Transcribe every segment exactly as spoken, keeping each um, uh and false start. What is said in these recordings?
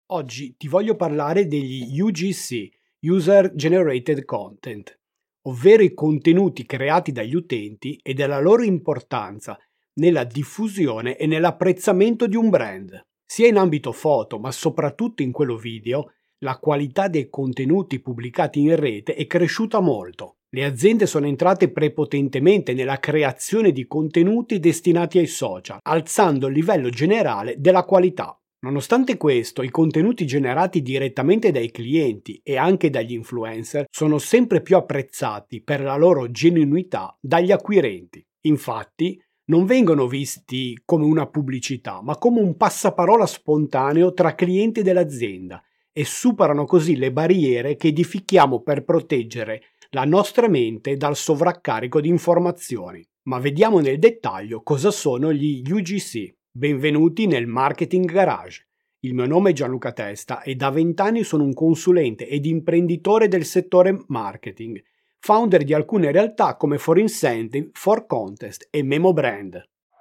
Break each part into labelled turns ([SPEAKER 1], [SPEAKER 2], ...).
[SPEAKER 1] Oggi ti voglio parlare degli U G C, User Generated Content, ovvero i contenuti creati dagli utenti e della loro importanza nella diffusione e nell'apprezzamento di un brand. Sia in ambito foto, ma soprattutto in quello video, la qualità dei contenuti pubblicati in rete è cresciuta molto. Le aziende sono entrate prepotentemente nella creazione di contenuti destinati ai social, alzando il livello generale della qualità. Nonostante questo, i contenuti generati direttamente dai clienti e anche dagli influencer sono sempre più apprezzati per la loro genuinità dagli acquirenti. Infatti, non vengono visti come una pubblicità, ma come un passaparola spontaneo tra clienti dell'azienda e superano così le barriere che edifichiamo per proteggere la nostra mente dal sovraccarico di informazioni. Ma vediamo nel dettaglio cosa sono gli U G C. Benvenuti nel Marketing Garage. Il mio nome è Gianluca Testa e da vent'anni sono un consulente ed imprenditore del settore marketing, founder di alcune realtà come For Incentive, For Contest e Memo Brand.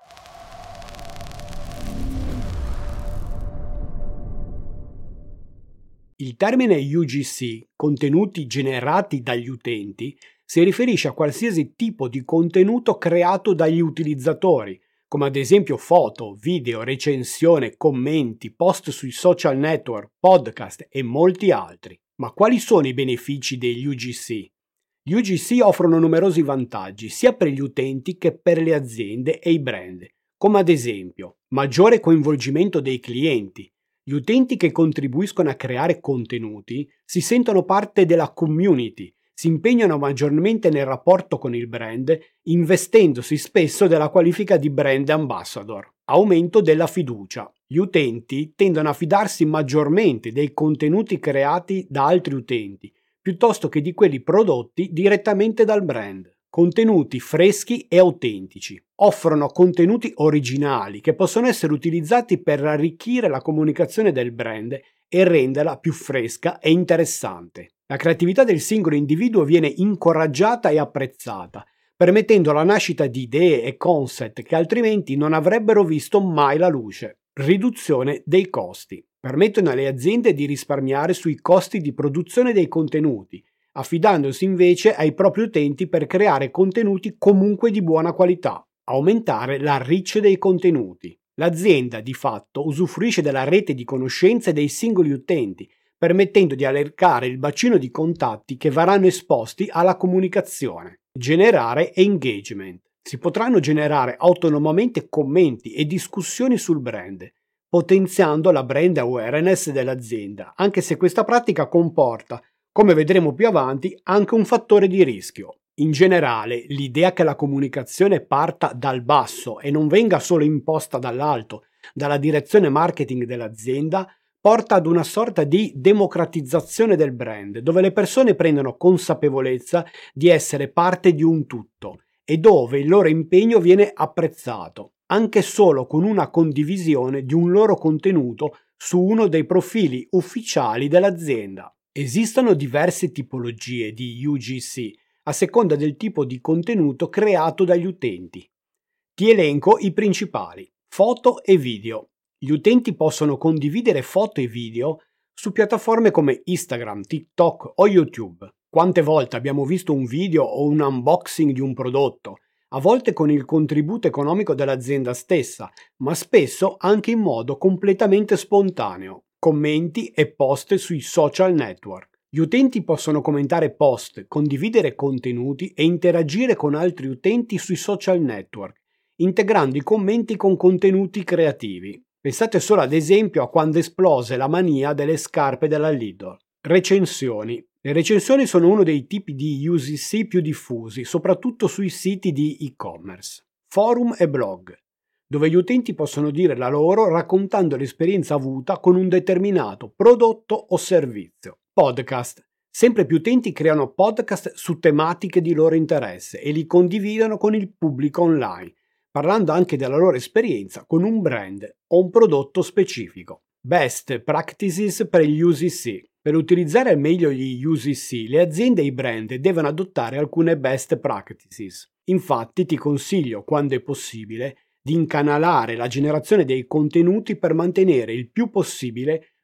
[SPEAKER 1] Il termine U G C, contenuti generati dagli utenti, si riferisce a qualsiasi tipo di contenuto creato dagli utilizzatori, come ad esempio foto, video, recensione, commenti, post sui social network, podcast e molti altri. Ma quali sono i benefici degli U G C? Gli U G C offrono numerosi vantaggi sia per gli utenti che per le aziende e i brand, come ad esempio maggiore coinvolgimento dei clienti. Gli utenti che contribuiscono a creare contenuti si sentono parte della community, si impegnano maggiormente nel rapporto con il brand, investendosi spesso della qualifica di brand ambassador. Aumento della fiducia. Gli utenti tendono a fidarsi maggiormente dei contenuti creati da altri utenti, piuttosto che di quelli prodotti direttamente dal brand. Contenuti freschi e autentici. Offrono contenuti originali che possono essere utilizzati per arricchire la comunicazione del brand e renderla più fresca e interessante. La creatività del singolo individuo viene incoraggiata e apprezzata, permettendo la nascita di idee e concept che altrimenti non avrebbero visto mai la luce. Riduzione dei costi. Permettono alle aziende di risparmiare sui costi di produzione dei contenuti, affidandosi invece ai propri utenti per creare contenuti comunque di buona qualità. Aumentare la reach dei contenuti. L'azienda, di fatto, usufruisce della rete di conoscenze dei singoli utenti, permettendo di allargare il bacino di contatti che verranno esposti alla comunicazione. Generare engagement. Si potranno generare autonomamente commenti e discussioni sul brand, potenziando la brand awareness dell'azienda, anche se questa pratica comporta, come vedremo più avanti, anche un fattore di rischio. In generale, l'idea che la comunicazione parta dal basso e non venga solo imposta dall'alto, dalla direzione marketing dell'azienda, porta ad una sorta di democratizzazione del brand, dove le persone prendono consapevolezza di essere parte di un tutto e dove il loro impegno viene apprezzato, anche solo con una condivisione di un loro contenuto su uno dei profili ufficiali dell'azienda. Esistono diverse tipologie di U G C a seconda del tipo di contenuto creato dagli utenti. Ti elenco i principali: foto e video. Gli utenti possono condividere foto e video su piattaforme come Instagram, TikTok o YouTube. Quante volte abbiamo visto un video o un unboxing di un prodotto, a volte con il contributo economico dell'azienda stessa, ma spesso anche in modo completamente spontaneo. Commenti e post sui social network. Gli utenti possono commentare post, condividere contenuti e interagire con altri utenti sui social network, integrando i commenti con contenuti creativi. Pensate solo ad esempio a quando esplose la mania delle scarpe della Lidl. Recensioni. Le recensioni sono uno dei tipi di U G C più diffusi, soprattutto sui siti di e-commerce. Forum e blog, dove gli utenti possono dire la loro raccontando l'esperienza avuta con un determinato prodotto o servizio. Podcast. Sempre più utenti creano podcast su tematiche di loro interesse e li condividono con il pubblico online, parlando anche della loro esperienza con un brand o un prodotto specifico. Best practices per gli U G C. Per utilizzare al meglio gli U G C, le aziende e i brand devono adottare alcune best practices. Infatti ti consiglio, quando è possibile, di incanalare la generazione dei contenuti per mantenere il più possibile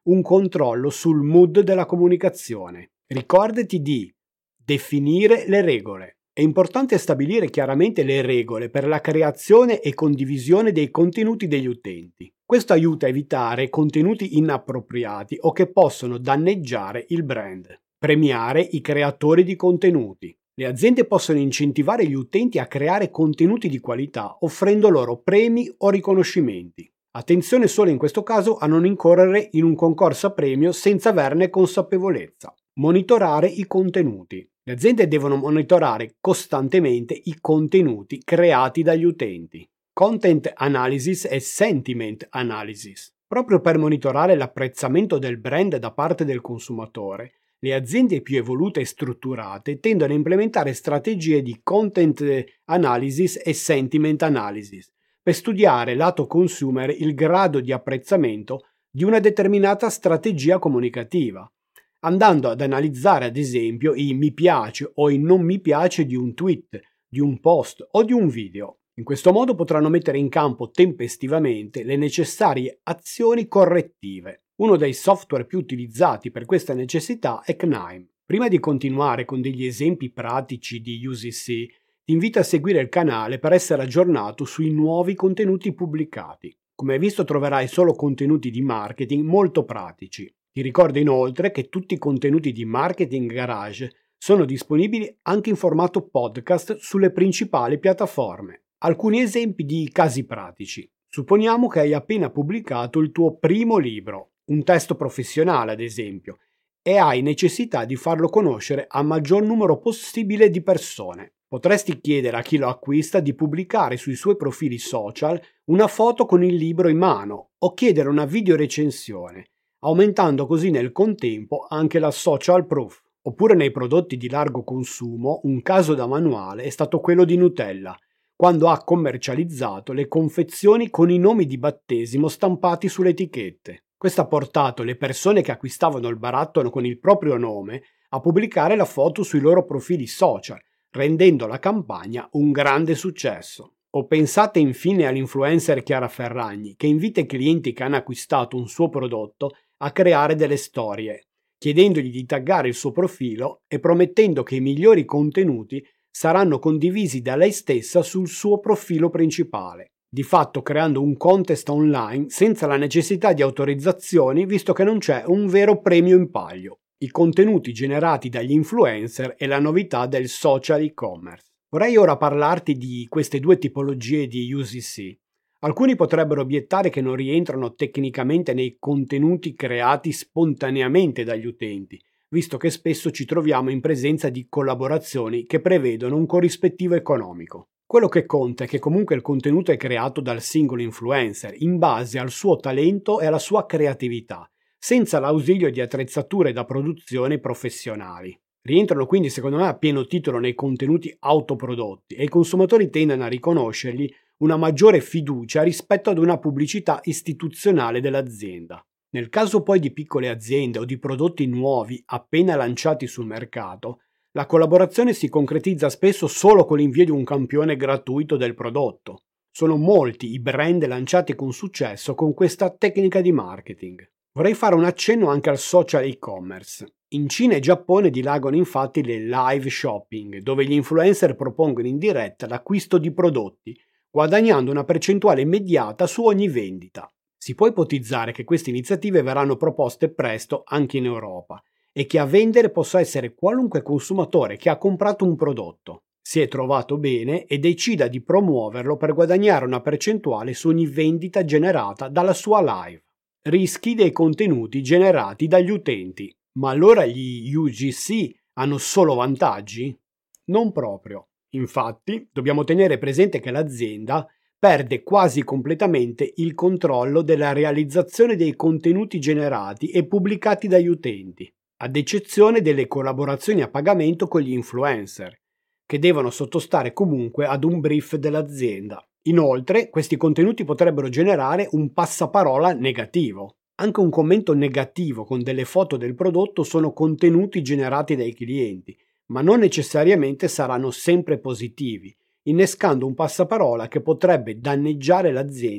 [SPEAKER 1] un controllo sul mood della comunicazione. Ricordati di definire le regole. È importante stabilire chiaramente le regole per la creazione e condivisione dei contenuti degli utenti. Questo aiuta a evitare contenuti inappropriati o che possono danneggiare il brand. Premiare i creatori di contenuti. Le aziende possono incentivare gli utenti a creare contenuti di qualità offrendo loro premi o riconoscimenti. Attenzione solo in questo caso a non incorrere in un concorso a premio senza averne consapevolezza. Monitorare i contenuti. Le aziende devono monitorare costantemente i contenuti creati dagli utenti. Content analysis e sentiment analysis. Proprio per monitorare l'apprezzamento del brand da parte del consumatore, le aziende più evolute e strutturate tendono a implementare strategie di content analysis e sentiment analysis per studiare lato consumer il grado di apprezzamento di una determinata strategia comunicativa, andando ad analizzare ad esempio i mi piace o i non mi piace di un tweet, di un post o di un video. In questo modo potranno mettere in campo tempestivamente le necessarie azioni correttive. Uno dei software più utilizzati per questa necessità è Knime. Prima di continuare con degli esempi pratici di U Z C, ti invito a seguire il canale per essere aggiornato sui nuovi contenuti pubblicati. Come hai visto troverai solo contenuti di marketing molto pratici. Ti ricordo inoltre che tutti i contenuti di Marketing Garage sono disponibili anche in formato podcast sulle principali piattaforme. Alcuni esempi di casi pratici. Supponiamo che hai appena pubblicato il tuo primo libro, un testo professionale ad esempio, e hai necessità di farlo conoscere a maggior numero possibile di persone. Potresti chiedere a chi lo acquista di pubblicare sui suoi profili social una foto con il libro in mano o chiedere una video recensione, aumentando così nel contempo anche la social proof. Oppure nei prodotti di largo consumo, un caso da manuale è stato quello di Nutella, quando ha commercializzato le confezioni con i nomi di battesimo stampati sulle etichette. Questo ha portato le persone che acquistavano il barattolo con il proprio nome a pubblicare la foto sui loro profili social, rendendo la campagna un grande successo. O pensate infine all'influencer Chiara Ferragni, che invita i clienti che hanno acquistato un suo prodotto a creare delle storie, chiedendogli di taggare il suo profilo e promettendo che i migliori contenuti saranno condivisi da lei stessa sul suo profilo principale, di fatto creando un contest online senza la necessità di autorizzazioni visto che non c'è un vero premio in palio. I contenuti generati dagli influencer e la novità del social e-commerce. Vorrei ora parlarti di queste due tipologie di U Z C. Alcuni potrebbero obiettare che non rientrano tecnicamente nei contenuti creati spontaneamente dagli utenti, visto che spesso ci troviamo in presenza di collaborazioni che prevedono un corrispettivo economico. Quello che conta è che comunque il contenuto è creato dal singolo influencer in base al suo talento e alla sua creatività, senza l'ausilio di attrezzature da produzione professionali. Rientrano quindi secondo me a pieno titolo nei contenuti autoprodotti e i consumatori tendono a riconoscergli una maggiore fiducia rispetto ad una pubblicità istituzionale dell'azienda. Nel caso poi di piccole aziende o di prodotti nuovi appena lanciati sul mercato, la collaborazione si concretizza spesso solo con l'invio di un campione gratuito del prodotto. Sono molti i brand lanciati con successo con questa tecnica di marketing. Vorrei fare un accenno anche al social e-commerce. In Cina e Giappone dilagano infatti le live shopping, dove gli influencer propongono in diretta l'acquisto di prodotti, guadagnando una percentuale immediata su ogni vendita. Si può ipotizzare che queste iniziative verranno proposte presto anche in Europa e che a vendere possa essere qualunque consumatore che ha comprato un prodotto, si è trovato bene e decida di promuoverlo per guadagnare una percentuale su ogni vendita generata dalla sua live. Rischi dei contenuti generati dagli utenti. Ma allora gli U G C hanno solo vantaggi? Non proprio. Infatti, dobbiamo tenere presente che l'azienda perde quasi completamente il controllo della realizzazione dei contenuti generati e pubblicati dagli utenti, ad eccezione delle collaborazioni a pagamento con gli influencer, che devono sottostare comunque ad un brief dell'azienda. Inoltre, questi contenuti potrebbero generare un passaparola negativo. Anche un commento negativo con delle foto del prodotto sono contenuti generati dai clienti, ma non necessariamente saranno sempre positivi, innescando un passaparola che potrebbe danneggiare l'azienda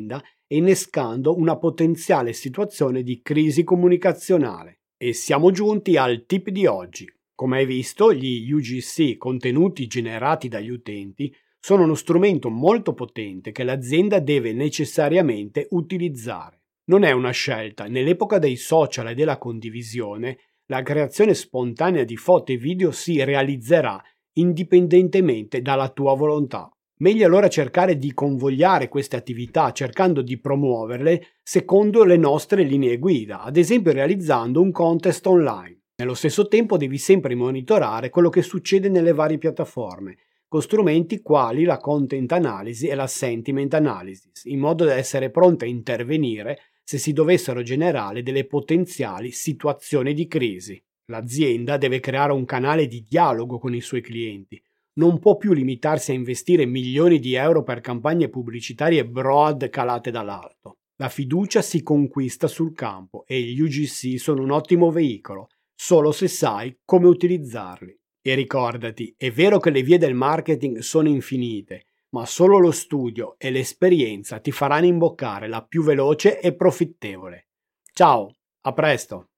[SPEAKER 1] e innescando una potenziale situazione di crisi comunicazionale. E siamo giunti al tip di oggi. Come hai visto, gli U G C, contenuti generati dagli utenti, sono uno strumento molto potente che l'azienda deve necessariamente utilizzare. Non è una scelta. Nell'epoca dei social e della condivisione, la creazione spontanea di foto e video si realizzerà indipendentemente dalla tua volontà. Meglio allora cercare di convogliare queste attività cercando di promuoverle secondo le nostre linee guida, ad esempio realizzando un contest online. Nello stesso tempo devi sempre monitorare quello che succede nelle varie piattaforme, con strumenti quali la content analysis e la sentiment analysis, in modo da essere pronta a intervenire se si dovessero generare delle potenziali situazioni di crisi. L'azienda deve creare un canale di dialogo con i suoi clienti. Non può più limitarsi a investire milioni di euro per campagne pubblicitarie broad calate dall'alto. La fiducia si conquista sul campo e gli U G C sono un ottimo veicolo, solo se sai come utilizzarli. E ricordati, è vero che le vie del marketing sono infinite, ma solo lo studio e l'esperienza ti faranno imboccare la più veloce e profittevole. Ciao, a presto!